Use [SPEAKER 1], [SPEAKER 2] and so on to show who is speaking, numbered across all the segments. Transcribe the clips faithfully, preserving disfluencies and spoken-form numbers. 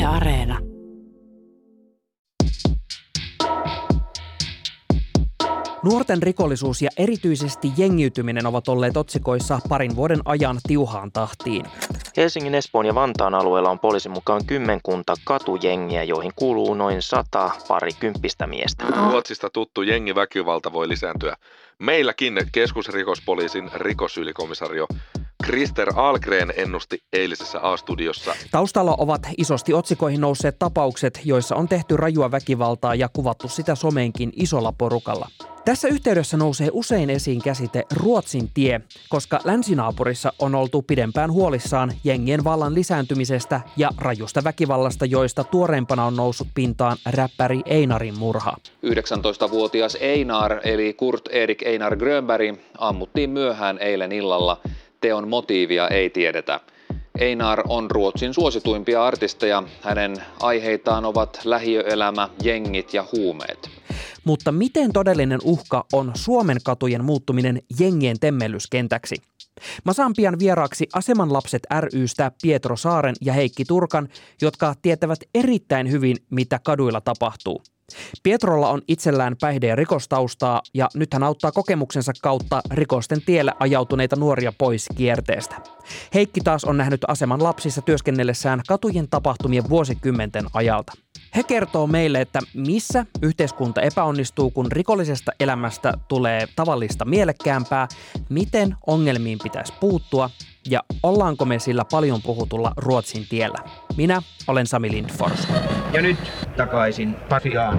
[SPEAKER 1] Yle Areena.
[SPEAKER 2] Nuorten rikollisuus ja erityisesti jengiytyminen ovat olleet otsikoissa parin vuoden ajan tiuhaan tahtiin.
[SPEAKER 3] Helsingin, Espoon ja Vantaan alueella on poliisin mukaan kymmenkunta katujengiä, joihin kuuluu noin sata parikymppistä miestä.
[SPEAKER 4] Ruotsista tuttu jengiväkivalta voi lisääntyä. Meilläkin keskusrikospoliisin rikosyylikomisario Krister Ahlgren ennusti eilisessä A-studiossa.
[SPEAKER 2] Taustalla ovat isosti otsikoihin nousseet tapaukset, joissa on tehty rajua väkivaltaa ja kuvattu sitä someenkin isolla porukalla. Tässä yhteydessä nousee usein esiin käsite Ruotsin tie, koska länsinaapurissa on oltu pidempään huolissaan jengien vallan lisääntymisestä ja rajusta väkivallasta, joista tuoreempana on noussut pintaan räppäri Einarin murha.
[SPEAKER 5] yhdeksäntoistavuotias Einar eli Kurt Erik Einar Grönberg ammuttiin myöhään eilen illalla. Teon motiivia ei tiedetä. Einar on Ruotsin suosituimpia artisteja. Hänen aiheitaan ovat lähiöelämä, jengit ja huumeet.
[SPEAKER 2] Mutta miten todellinen uhka on Suomen katujen muuttuminen jengien temmellyskentäksi? Mä saan pian vieraaksi Aseman lapset ry:stä Pietro Saaren ja Heikki Turkan, jotka tietävät erittäin hyvin, mitä kaduilla tapahtuu. Pietrolla on itsellään päihde- ja rikostaustaa ja nyt hän auttaa kokemuksensa kautta rikosten tielle ajautuneita nuoria pois kierteestä. Heikki taas on nähnyt Aseman lapsissa työskennellessään katujen tapahtumien vuosikymmenten ajalta. He kertoo meille, että missä yhteiskunta epäonnistuu, kun rikollisesta elämästä tulee tavallista mielekkäämpää, miten ongelmiin pitäisi puuttua ja ollaanko me sillä paljon puhutulla Ruotsin tiellä. Minä olen Sami Lindfors.
[SPEAKER 6] Ja nyt takaisin Pasiaan.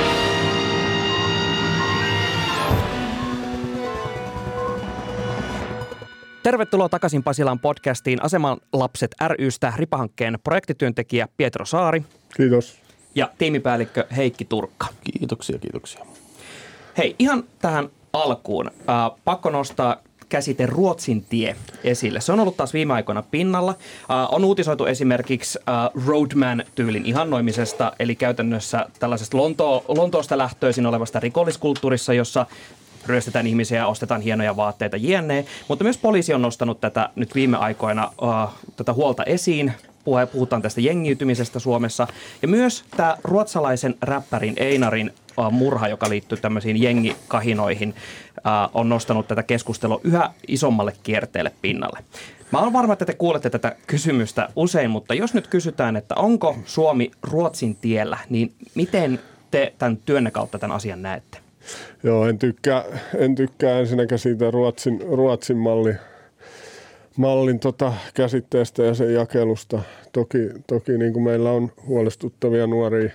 [SPEAKER 2] Tervetuloa takaisin Pasilan podcastiin Aseman lapset ry:stä Ripa-hankkeen projektityöntekijä Pietro Saari.
[SPEAKER 7] Kiitos.
[SPEAKER 2] Ja tiimipäällikkö Heikki Turkka.
[SPEAKER 8] Kiitoksia, kiitoksia.
[SPEAKER 2] Hei, ihan tähän alkuun. Äh, pakko nostaa käsite Ruotsin tie esille. Se on ollut taas viime aikoina pinnalla. Uh, on uutisoitu esimerkiksi uh, Roadman-tyylin ihannoimisesta, eli käytännössä tällaisesta Lonto- Lontoosta lähtöisin olevasta rikolliskulttuurissa, jossa ryöstetään ihmisiä ja ostetaan hienoja vaatteita jne. Mutta myös poliisi on nostanut tätä nyt viime aikoina uh, tätä huolta esiin. Puhutaan tästä jengiytymisestä Suomessa. Ja myös tämä ruotsalaisen räppärin Einarin uh, murha, joka liittyy tämmöisiin jengikahinoihin, uh, on nostanut tätä keskustelua yhä isommalle kierteelle pinnalle. Mä olen varma, että te kuulette tätä kysymystä usein, mutta jos nyt kysytään, että onko Suomi Ruotsin tiellä, niin miten te tämän työnne kautta tämän asian näette?
[SPEAKER 7] Joo, en tykkää, en tykkää ensinnäkään siitä Ruotsin, Ruotsin malli. mallin tota käsitteestä ja sen jakelusta. Toki, toki niin kuin meillä on huolestuttavia nuoria,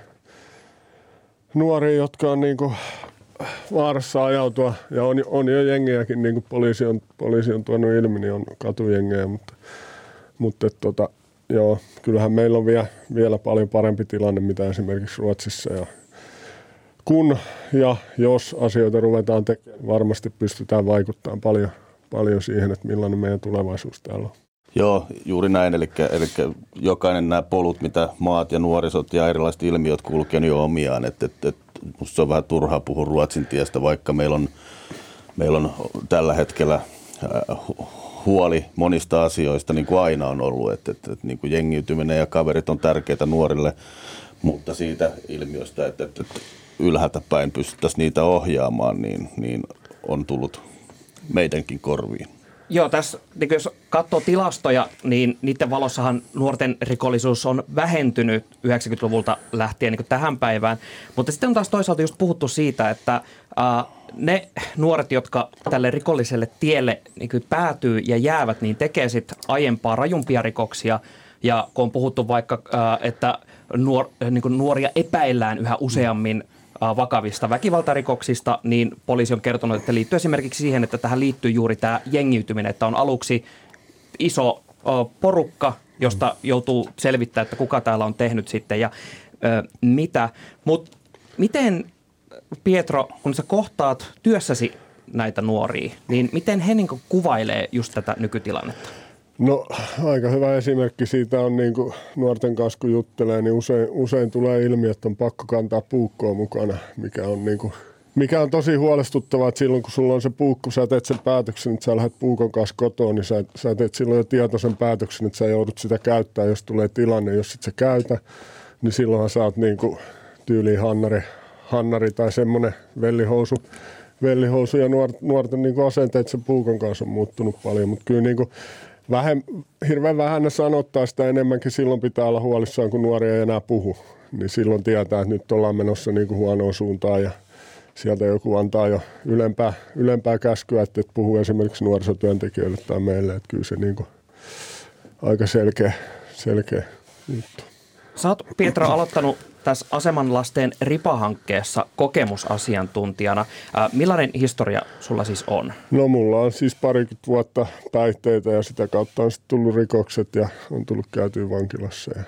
[SPEAKER 7] nuoria jotka on niin kuin vaarassa ajautua. Ja on, on jo jengejäkin, niin kuin poliisi on, poliisi on tuonut ilmi, niin on katujengejä. Mutta, mutta tota, joo, kyllähän meillä on vielä, vielä paljon parempi tilanne, mitä esimerkiksi Ruotsissa. Ja kun ja jos asioita ruvetaan tekemään, varmasti pystytään vaikuttamaan paljon. paljon siihen, että millainen meidän tulevaisuus täällä on.
[SPEAKER 8] Joo, juuri näin. Eli, eli jokainen nämä polut, mitä maat ja nuorisot ja erilaiset ilmiöt kulkee, niin on omiaan. Et, et, et, musta se on vähän turhaa puhua Ruotsin tiestä, vaikka meillä on, meillä on tällä hetkellä huoli monista asioista, niin kuin aina on ollut. Et, et, et, niin kuin jengiytyminen ja kaverit on tärkeitä nuorille, mutta siitä ilmiöstä, että et, et ylhäältä päin pystyttäisiin niitä ohjaamaan, niin, niin on tullut meidänkin korviin.
[SPEAKER 2] Joo, tässä niin jos katsoo tilastoja, niin niiden valossahan nuorten rikollisuus on vähentynyt yhdeksänkymmentäluvulta lähtien niin tähän päivään. Mutta sitten on taas toisaalta just puhuttu siitä, että äh, ne nuoret, jotka tälle rikolliselle tielle niin päätyy ja jäävät, niin tekee sitten aiempaa rajumpia rikoksia. Ja kun on puhuttu vaikka, äh, että nuor, niin nuoria epäillään yhä useammin vakavista väkivaltarikoksista, niin poliisi on kertonut, että liittyy esimerkiksi siihen, että tähän liittyy juuri tämä jengiytyminen, että on aluksi iso porukka, josta joutuu selvittämään, että kuka täällä on tehnyt sitten ja ö, mitä. Mutta miten, Pietro, kun sä kohtaat työssäsi näitä nuoria, niin miten he niin kuin kuvailee just tätä nykytilannetta?
[SPEAKER 7] No aika hyvä esimerkki siitä on, niin kuin nuorten kanssa kun juttelee, niin usein, usein tulee ilmi, että on pakko kantaa puukkoa mukana, mikä on niin kuin mikä on tosi huolestuttavaa, että silloin kun sulla on se puukko, sä teet sen päätöksen, että sä lähdet puukon kanssa kotoon, niin sä, sä teet silloin jo tietoisen päätöksen, että sä joudut sitä käyttää, jos tulee tilanne, jos et sä käytä, niin silloinhan sä oot niin kuin tyyliin hannari, hannari tai semmoinen vellihousu. Vellihousu ja nuort, nuorten niin kuin asenteet sen puukon kanssa on muuttunut paljon, mutta kyllä niin kuin vähem, hirveän vähän ne sanottaa sitä enemmänkin. Silloin pitää olla huolissaan, kun nuori ei enää puhu. Niin silloin tietää, että nyt ollaan menossa niin kuin huonoon suuntaan ja sieltä joku antaa jo ylempää, ylempää käskyä, että et puhuu esimerkiksi nuorisotyöntekijöille tai meille. Että kyllä se niin kuin aika selkeä, selkeä juttu.
[SPEAKER 2] Sä oot, Pietro, aloittanut tässä Asemanlasten Ripa-hankkeessa kokemusasiantuntijana. Ää, millainen historia sulla siis on?
[SPEAKER 7] No mulla on siis parikymmentä vuotta päihteitä ja sitä kautta on sitten tullut rikokset ja on tullut käytyä vankilassa. Ja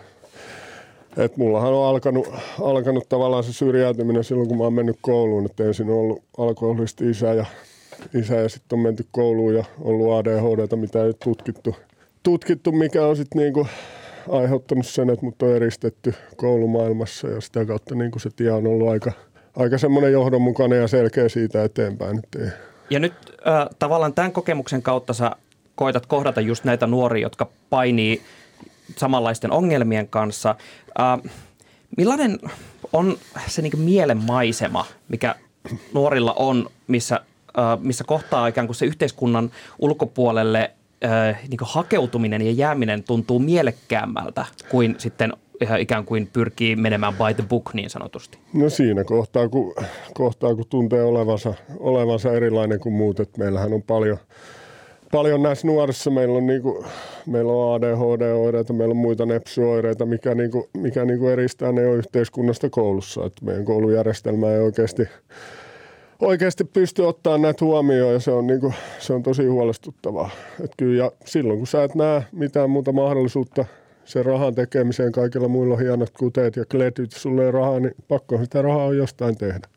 [SPEAKER 7] et mullahan on alkanut, alkanut tavallaan se syrjäytyminen silloin, kun mä oon mennyt kouluun. Et ensin on ollut alkoholisti isä ja, isä ja sitten on menty kouluun ja ollut A D H D:tä, mitä ei tutkittu. Tutkittu, mikä on sitten niinku aiheuttanut sen, että mut on eristetty koulumaailmassa ja sitä kautta niin kuin se tie on ollut aika, aika semmoinen johdonmukainen ja selkeä siitä eteenpäin. Että
[SPEAKER 2] ja nyt äh, tavallaan tämän kokemuksen kautta sä koitat kohdata just näitä nuoria, jotka painii samanlaisten ongelmien kanssa. Äh, millainen on se niin kuin mielenmaisema, mikä nuorilla on, missä, äh, missä kohtaa ikään kuin se yhteiskunnan ulkopuolelle Äh, niin kuin hakeutuminen ja jääminen tuntuu mielekkäämmältä kuin sitten ihan ikään kuin pyrkii menemään by the book niin sanotusti?
[SPEAKER 7] No siinä kohtaa, kun, kohtaa, kun tuntee olevansa, olevansa erilainen kuin muut. Et meillähän on paljon, paljon näissä nuorissa. Meillä on, niin kuin, meillä on A D H D-oireita, meillä on muita nepsy-oireita, mikä, niin kuin, mikä niin kuin eristää ne jo yhteiskunnasta koulussa. Et meidän koulujärjestelmä ei oikeasti... Oikeasti pystyy ottaa näitä huomioon ja se on, niin kuin, se on tosi huolestuttavaa. Et kyllä, ja silloin kun sä et näe mitään muuta mahdollisuutta sen rahan tekemiseen, kaikilla muilla on hienot kuteet ja kletyt, sulle ei rahaa, niin pakko sitä rahaa on jostain tehdä.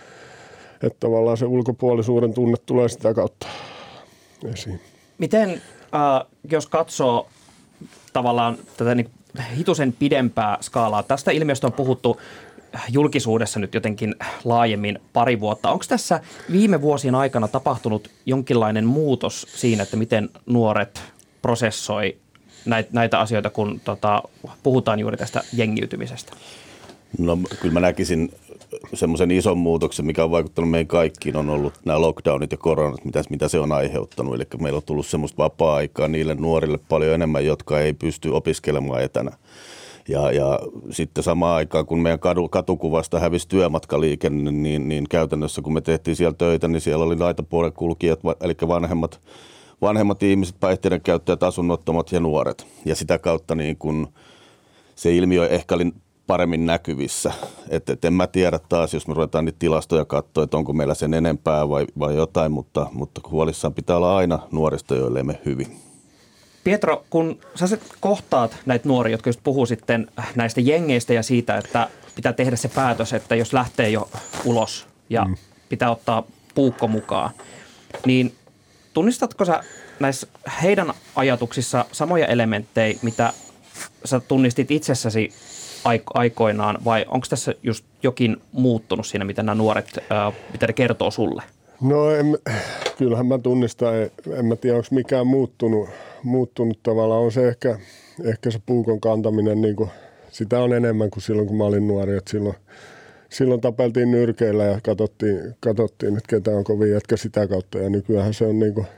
[SPEAKER 7] Että tavallaan se ulkopuolisuuden tunne tulee sitä kautta esiin.
[SPEAKER 2] Miten, äh, jos katsoo tavallaan tätä niin hitusen pidempää skaalaa, tästä ilmiöstä on puhuttu julkisuudessa nyt jotenkin laajemmin pari vuotta. Onko tässä viime vuosien aikana tapahtunut jonkinlainen muutos siinä, että miten nuoret prosessoi näitä, näitä asioita, kun tota, puhutaan juuri tästä jengiytymisestä?
[SPEAKER 8] No kyllä mä näkisin semmoisen ison muutoksen, mikä on vaikuttanut meidän kaikkiin, on ollut nämä lockdownit ja koronat, mitä, mitä se on aiheuttanut. Eli meillä on tullut semmoista vapaa-aikaa niille nuorille paljon enemmän, jotka ei pysty opiskelemaan etänä. Ja, ja sitten samaan aikaan, kun meidän kadu, katukuvasta hävisi työmatkaliikenne, niin, niin käytännössä kun me tehtiin siellä töitä, niin siellä oli laitapuolen kulkijat, eli vanhemmat, vanhemmat ihmiset, päihteiden käyttäjät, asunnottomat ja nuoret. Ja sitä kautta niin kun se ilmiö ehkä oli paremmin näkyvissä. Et, et en mä tiedä taas, jos me ruvetaan niitä tilastoja katsoa, että onko meillä sen enempää vai, vai jotain, mutta, mutta huolissaan pitää olla aina nuorista, joille emme hyvin.
[SPEAKER 2] Pietro, kun sä kohtaat näitä nuoria, jotka just puhuu sitten näistä jengeistä ja siitä, että pitää tehdä se päätös, että jos lähtee jo ulos ja mm. pitää ottaa puukko mukaan, niin tunnistatko sä näissä heidän ajatuksissa samoja elementtejä, mitä sä tunnistit itsessäsi aikoinaan, vai onko tässä just jokin muuttunut siinä, mitä nämä nuoret, ää, mitä ne kertoo sulle?
[SPEAKER 7] No en, kyllähän mä tunnistan, en, en mä tiedä, onko mikään muuttunut, muuttunut tavallaan. On se ehkä, ehkä se puukon kantaminen, niin kuin, sitä on enemmän kuin silloin, kun mä olin nuori. Että silloin, silloin tapeltiin nyrkeillä ja katsottiin, katsottiin, että ketä on kovin jätkä sitä kautta. Ja nykyään se on niin kuin,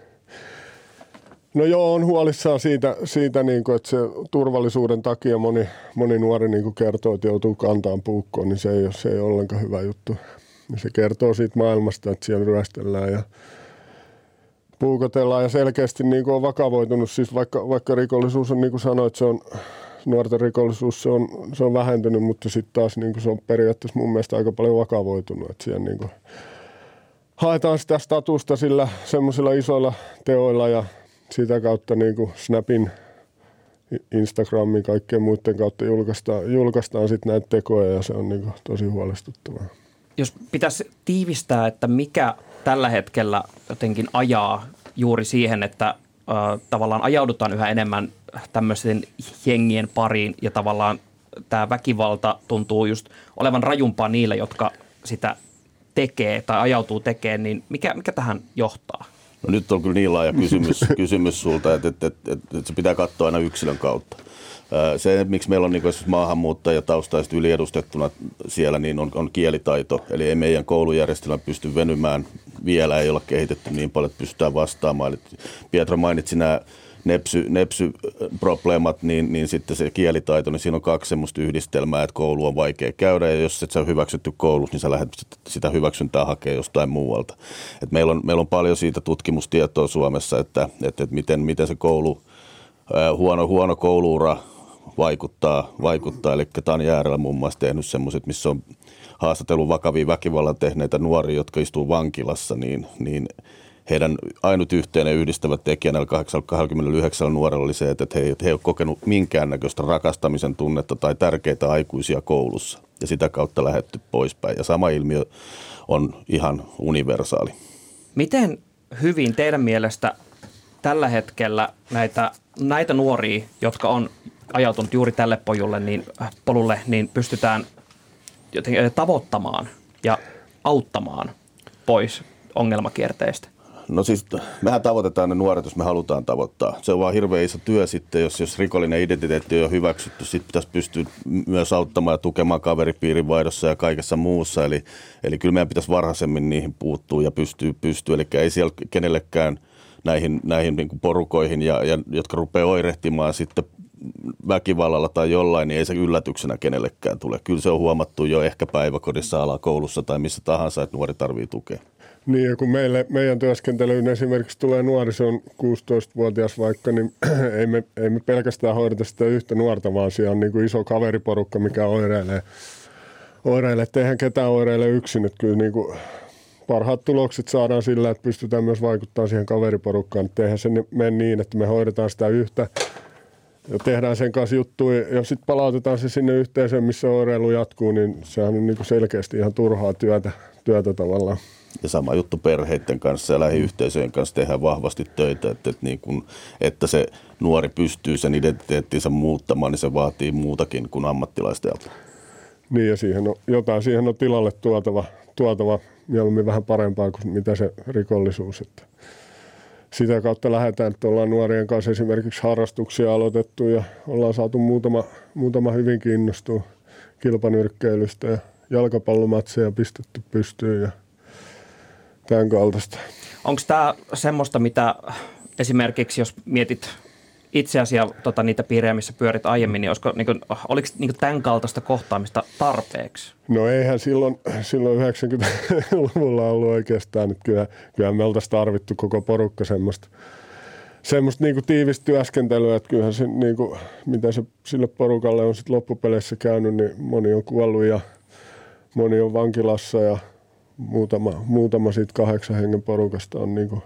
[SPEAKER 7] no joo, on huolissaan siitä, siitä niin kuin, että se turvallisuuden takia moni, moni nuori niin kuin kertoo, että joutuu kantamaan puukkoon, niin se ei ole, se ei ole ollenkaan hyvä juttu. Se kertoo siitä maailmasta, että siellä ryöstellään ja puukotellaan ja selkeästi niin kuin on vakavoitunut. Siis vaikka, vaikka rikollisuus on, niin kuin sanoit, se on, nuorten rikollisuus se on, se on vähentynyt, mutta sitten taas niin kuin se on periaatteessa mun mielestä aika paljon vakavoitunut. Että siellä niin kuin haetaan sitä statusta sillä semmoisilla isoilla teoilla ja sitä kautta niin kuin Snapin, Instagramin, kaikkien muiden kautta julkaistaan, julkaistaan sitten näitä tekoja ja se on niin kuin tosi huolestuttavaa.
[SPEAKER 2] Jos pitäisi tiivistää, että mikä tällä hetkellä jotenkin ajaa juuri siihen, että äh, tavallaan ajaudutaan yhä enemmän tämmöisen jengien pariin ja tavallaan tämä väkivalta tuntuu just olevan rajumpaa niille, jotka sitä tekee tai ajautuu tekemään, niin mikä, mikä tähän johtaa?
[SPEAKER 8] No nyt on kyllä niin laaja kysymys, kysymys sulta, että, että, että, että se pitää katsoa aina yksilön kautta. Se, miksi meillä on niin maahanmuuttajataustaiset yliedustettuna siellä, niin on, on kielitaito. Eli ei meidän koulujärjestelmä pysty venymään vielä, ei olla kehitetty niin paljon, että pystytään vastaamaan. Eli Pietro mainitsi nämä nepsy, nepsy-probleemat, niin, niin sitten se kielitaito, niin siinä on kaksi semmoista yhdistelmää, että koulu on vaikea käydä, ja jos et sä ole hyväksytty koulussa, niin sä lähdet sitä hyväksyntää hakemaan jostain muualta. Et meillä, on, meillä on paljon siitä tutkimustietoa Suomessa, että, että, että miten, miten se koulu, huono, huono kouluura vaikuttaa, vaikuttaa. Eli Tanja Jäärälä muun muassa tehnyt semmoiset, missä on haastatellut vakavia väkivallan tehneitä nuoria, jotka istuu vankilassa, niin, niin heidän ainut yhteinen yhdistävä tekijä näillä kaksikymmentäyhdeksän nuorella oli se, että he, he ei ole kokenut minkäännäköistä rakastamisen tunnetta tai tärkeitä aikuisia koulussa. Ja sitä kautta lähdetty poispäin. Ja sama ilmiö on ihan universaali. Miten
[SPEAKER 2] hyvin teidän mielestä tällä hetkellä näitä, näitä nuoria, jotka on ajautunut juuri tälle pojulle, niin, polulle, niin pystytään jotenkin tavoittamaan ja auttamaan pois ongelmakierteistä?
[SPEAKER 8] No siis mehän tavoitetaan ne nuoret, jos me halutaan tavoittaa. Se on vaan hirveän iso työ sitten, jos, jos rikollinen identiteetti on jo hyväksytty, sitten pitäisi pystyä myös auttamaan ja tukemaan kaveripiirin vaihdossa ja kaikessa muussa. Eli, eli kyllä meidän pitäisi varhaisemmin niihin puuttua ja pystyä, pystyä. Eli ei siellä kenellekään näihin, näihin niin kuin porukoihin, ja, ja, jotka rupeaa oirehtimaan sitten väkivallalla tai jollain, niin ei se yllätyksenä kenellekään tule. Kyllä se on huomattu jo ehkä päiväkodissa, alakoulussa tai missä tahansa, että nuori tarvitsee tukea.
[SPEAKER 7] Niin, ja kun meille, meidän työskentelyyn esimerkiksi tulee nuori, se on kuusitoistavuotias vaikka, niin ei me, ei me pelkästään hoideta sitä yhtä nuorta, vaan siellä on niin kuin iso kaveriporukka, mikä oireilee. oireilee. Eihän ketään oireile yksin, että kyllä niin kuin parhaat tulokset saadaan sillä, että pystytään myös vaikuttamaan siihen kaveriporukkaan. Että eihän se mene niin, että me hoidetaan sitä yhtä ja tehdään sen kanssa juttuja ja sitten palautetaan se sinne yhteisöön, missä oireilu jatkuu, niin sehän on niin kuin selkeästi ihan turhaa työtä, työtä tavallaan.
[SPEAKER 8] Ja sama juttu perheiden kanssa ja lähiyhteisöjen kanssa tehdään vahvasti töitä, että, että, niin kun, että se nuori pystyy sen identiteettinsä muuttamaan, niin se vaatii muutakin kuin ammattilaisten apua.
[SPEAKER 7] Niin, ja siihen on, jotain siihen on tilalle tuotava, tuotava mieluummin vähän parempaa kuin mitä se rikollisuus. Että sitä kautta lähdetään, että ollaan nuorien kanssa esimerkiksi harrastuksia aloitettu ja ollaan saatu muutama, muutama hyvin kiinnostua kilpanyrkkeilystä ja jalkapallomatseja pistetty pystyyn ja tämän kaltaista.
[SPEAKER 2] Onko tämä semmoista, mitä esimerkiksi jos mietit itseäsi ja tota, niitä piirejä, missä pyörit aiemmin, niin olisiko, niin kuin, oliko niin kuin tämän kaltaista kohtaamista tarpeeksi?
[SPEAKER 7] No eihän silloin, silloin yhdeksänkymmentäluvulla ollut oikeastaan. Että kyllä, kyllähän me oltaisiin tarvittu koko porukka semmoista, semmoista niin kuin tiivistä työskentelyä. Että kyllähän se, niin kuin, mitä se sille porukalle on sit loppupeleissä käynyt, niin moni on kuollut ja moni on vankilassa ja Muutama, muutama siitä kahdeksan hengen porukasta on niin kuin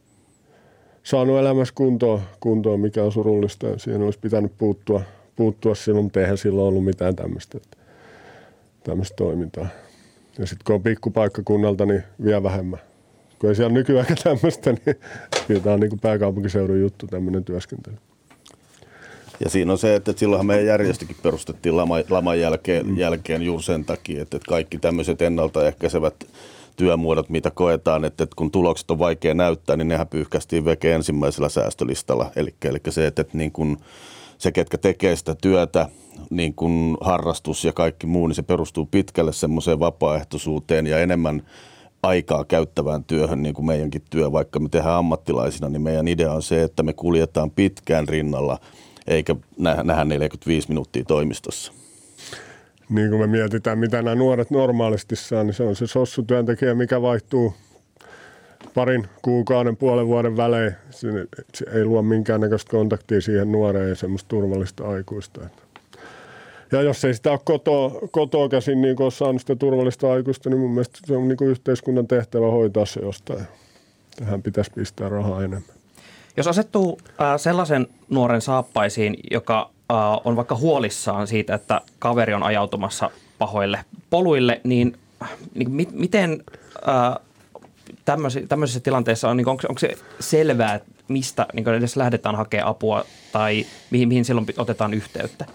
[SPEAKER 7] saanut elämässä kuntoon, kuntoon, mikä on surullista. Siihen olisi pitänyt puuttua, puuttua silloin, mutta eihän silloin ollut mitään tämmöistä, tämmöistä toimintaa. Ja sitten kun on pikkupaikkakunnalta, niin vielä vähemmän. Kun ei siellä nykyään tämmöistä, niin kyllä tämä on niin kuin pääkaupunkiseudun juttu, tämmöinen työskentely.
[SPEAKER 8] Ja siinä on se, että silloinhan meidän järjestökin perustettiin lama, laman jälkeen, jälkeen juuri sen takia, että kaikki tämmöiset ennaltaehkäisevät työmuodot, mitä koetaan, että kun tulokset on vaikea näyttää, niin nehän pyyhkästiin veke ensimmäisellä säästölistalla. Eli, eli se, että niin kun se, ketkä tekee sitä työtä, niin kun harrastus ja kaikki muu, niin se perustuu pitkälle semmoiseen vapaaehtoisuuteen ja enemmän aikaa käyttävään työhön, niin kuin meidänkin työ, vaikka me tehdään ammattilaisina, niin meidän idea on se, että me kuljetaan pitkään rinnalla, eikä nähdä neljäkymmentäviisi minuuttia toimistossa.
[SPEAKER 7] Niin kuin me mietitään, mitä nämä nuoret normaalisti saa, niin se on se sossutyöntekijä, mikä vaihtuu parin kuukauden, puolen vuoden välein. Se ei luo minkäännäköistä kontaktia siihen nuoreen ja semmoista turvallista aikuista. Ja jos ei sitä ole kotoa, kotoa käsin niin ole saanut sitä turvallista aikuista, niin mun mielestä se on niin kuin yhteiskunnan tehtävä hoitaa se jostain. Tähän pitäisi pistää rahaa enemmän.
[SPEAKER 2] Jos asettuu äh, sellaisen nuoren saappaisiin, joka äh, on vaikka huolissaan siitä, että kaveri on ajautumassa pahoille poluille, niin, niin mit, miten äh, tämmöisessä, tämmöisessä tilanteessa on, niin onko, onko se selvää, mistä niin edes lähdetään hakemaan apua tai mihin, mihin silloin otetaan yhteyttä?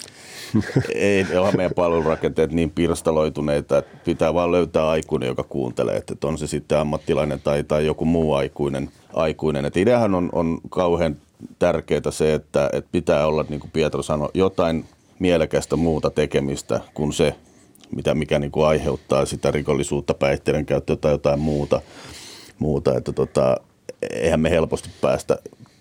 [SPEAKER 8] Ei ole meidän palvelurakenteet niin pirstaloituneita, että pitää vaan löytää aikuinen, joka kuuntelee, että on se sitten ammattilainen tai, tai joku muu aikuinen. aikuinen. Et ideahan on, on kauhean tärkeää se, että, että pitää olla, niin kuin Pietro sanoi, jotain mielekästä muuta tekemistä kuin se, mitä, mikä niin kuin aiheuttaa sitä rikollisuutta, päihteiden käyttöä tai jotain muuta. muuta. Että tota, eihän me helposti päästä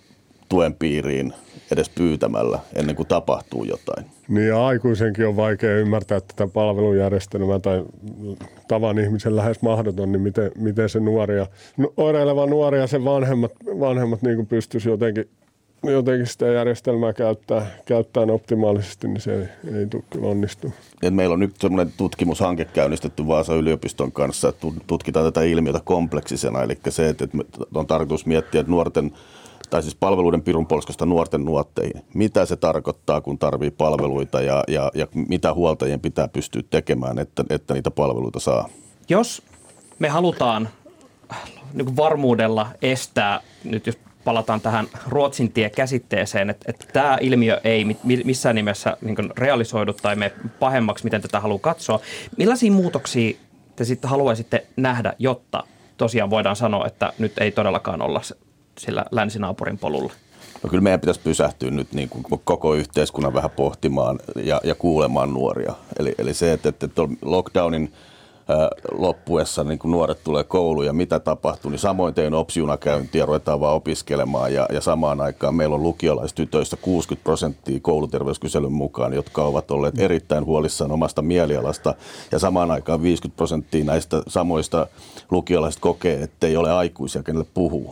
[SPEAKER 8] tuen piiriin edes pyytämällä ennen kuin tapahtuu jotain.
[SPEAKER 7] Niin ja aikuisenkin on vaikea ymmärtää tätä palvelujärjestelmää tai tavan ihmisen lähes mahdoton, niin miten, miten se nuori ja oireileva nuori ja sen vanhemmat, vanhemmat niin pystyisi jotenkin, jotenkin sitä järjestelmää käyttää, käyttämään optimaalisesti, niin se ei, ei tule kyllä onnistua.
[SPEAKER 8] Et meillä on nyt semmoinen tutkimushanke käynnistetty Vaasan yliopiston kanssa, että tutkitaan tätä ilmiötä kompleksisena, eli se, että on tarkoitus miettiä, että nuorten tai siis palveluiden pirunpolskosta nuorten nuotteihin. Mitä se tarkoittaa, kun tarvii palveluita ja, ja, ja mitä huoltajien pitää pystyä tekemään, että, että niitä palveluita saa?
[SPEAKER 2] Jos me halutaan niin kuin varmuudella estää, nyt jos palataan tähän Ruotsin tie-käsitteeseen, että, että tämä ilmiö ei missään nimessä niin kuin realisoidu tai mene pahemmaksi, miten tätä haluaa katsoa. Millaisia muutoksia te sitten haluaisitte nähdä, jotta tosiaan voidaan sanoa, että nyt ei todellakaan olla sillä länsinaapurin polulla?
[SPEAKER 8] No kyllä meidän pitäisi pysähtyä nyt niin kuin koko yhteiskunnan vähän pohtimaan ja, ja kuulemaan nuoria. Eli, eli se, että, että lockdownin ää, loppuessa niin kun nuoret tulee kouluun ja mitä tapahtuu, niin samoin tein opsijunakäyntiä, ruvetaan vaan opiskelemaan ja, ja samaan aikaan meillä on lukiolaistytöistä kuusikymmentä prosenttia kouluterveyskyselyn mukaan, jotka ovat olleet erittäin huolissaan omasta mielialasta ja samaan aikaan viisikymmentä prosenttia näistä samoista lukiolaisista kokee, että ei ole aikuisia, kenelle puhuu.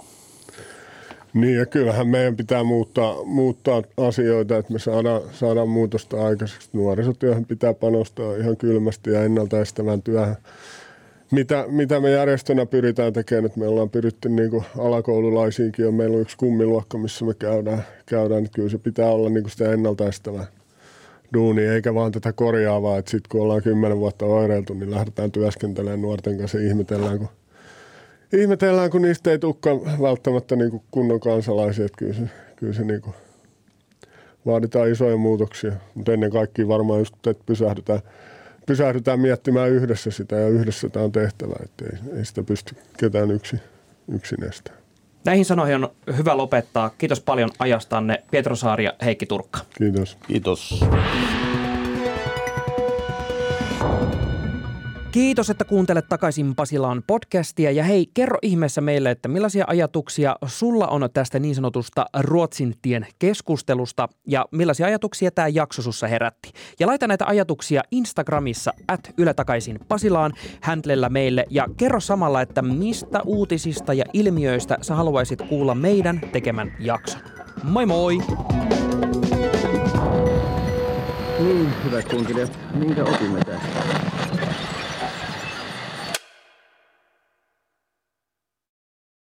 [SPEAKER 7] Niin ja kyllähän meidän pitää muuttaa, muuttaa asioita, että me saadaan, saadaan muutosta aikaiseksi. Nuorisotyöhön pitää panostaa ihan kylmästi ja ennaltaestävään työhön. Mitä, mitä me järjestönä pyritään tekemään, että me ollaan pyritty niin kuin alakoululaisiinkin ja meillä on yksi kummiluokka, missä me käydään, käydään niin kyllä se pitää olla niin kuin sitä ennaltaestävää duunia, eikä vaan tätä korjaavaa, että sitten kun ollaan kymmenen vuotta oireiltu, niin lähdetään työskentelemään nuorten kanssa ja ihmetellään, kun Ihmetellään, kun niistä ei tulekaan välttämättä niin kuin kunnon kansalaisia. Että kyllä se, kyllä se niin kuin vaaditaan isoja muutoksia, mutta ennen kaikkea varmaan just, että pysähdytään, pysähdytään miettimään yhdessä sitä ja yhdessä tämä on tehtävä, että ei, ei sitä pysty ketään yksin, yksin estämään.
[SPEAKER 2] Näihin sanoihin on hyvä lopettaa. Kiitos paljon ajastanne, Pietro Saari ja Heikki Turkka.
[SPEAKER 7] Kiitos.
[SPEAKER 8] Kiitos.
[SPEAKER 2] Kiitos, että kuuntelet Takaisin Pasilaan podcastia ja hei, kerro ihmeessä meille, että millaisia ajatuksia sulla on tästä niin sanotusta Ruotsin tien keskustelusta ja millaisia ajatuksia tämä jakso sussa herätti. Ja laita näitä ajatuksia Instagramissa at Yle Takaisin Pasilaan handlella meille ja kerro samalla, että mistä uutisista ja ilmiöistä sä haluaisit kuulla meidän tekemän jakson. Moi moi!
[SPEAKER 1] Niin, hyvät kuuntelijat, minkä opimme tästä?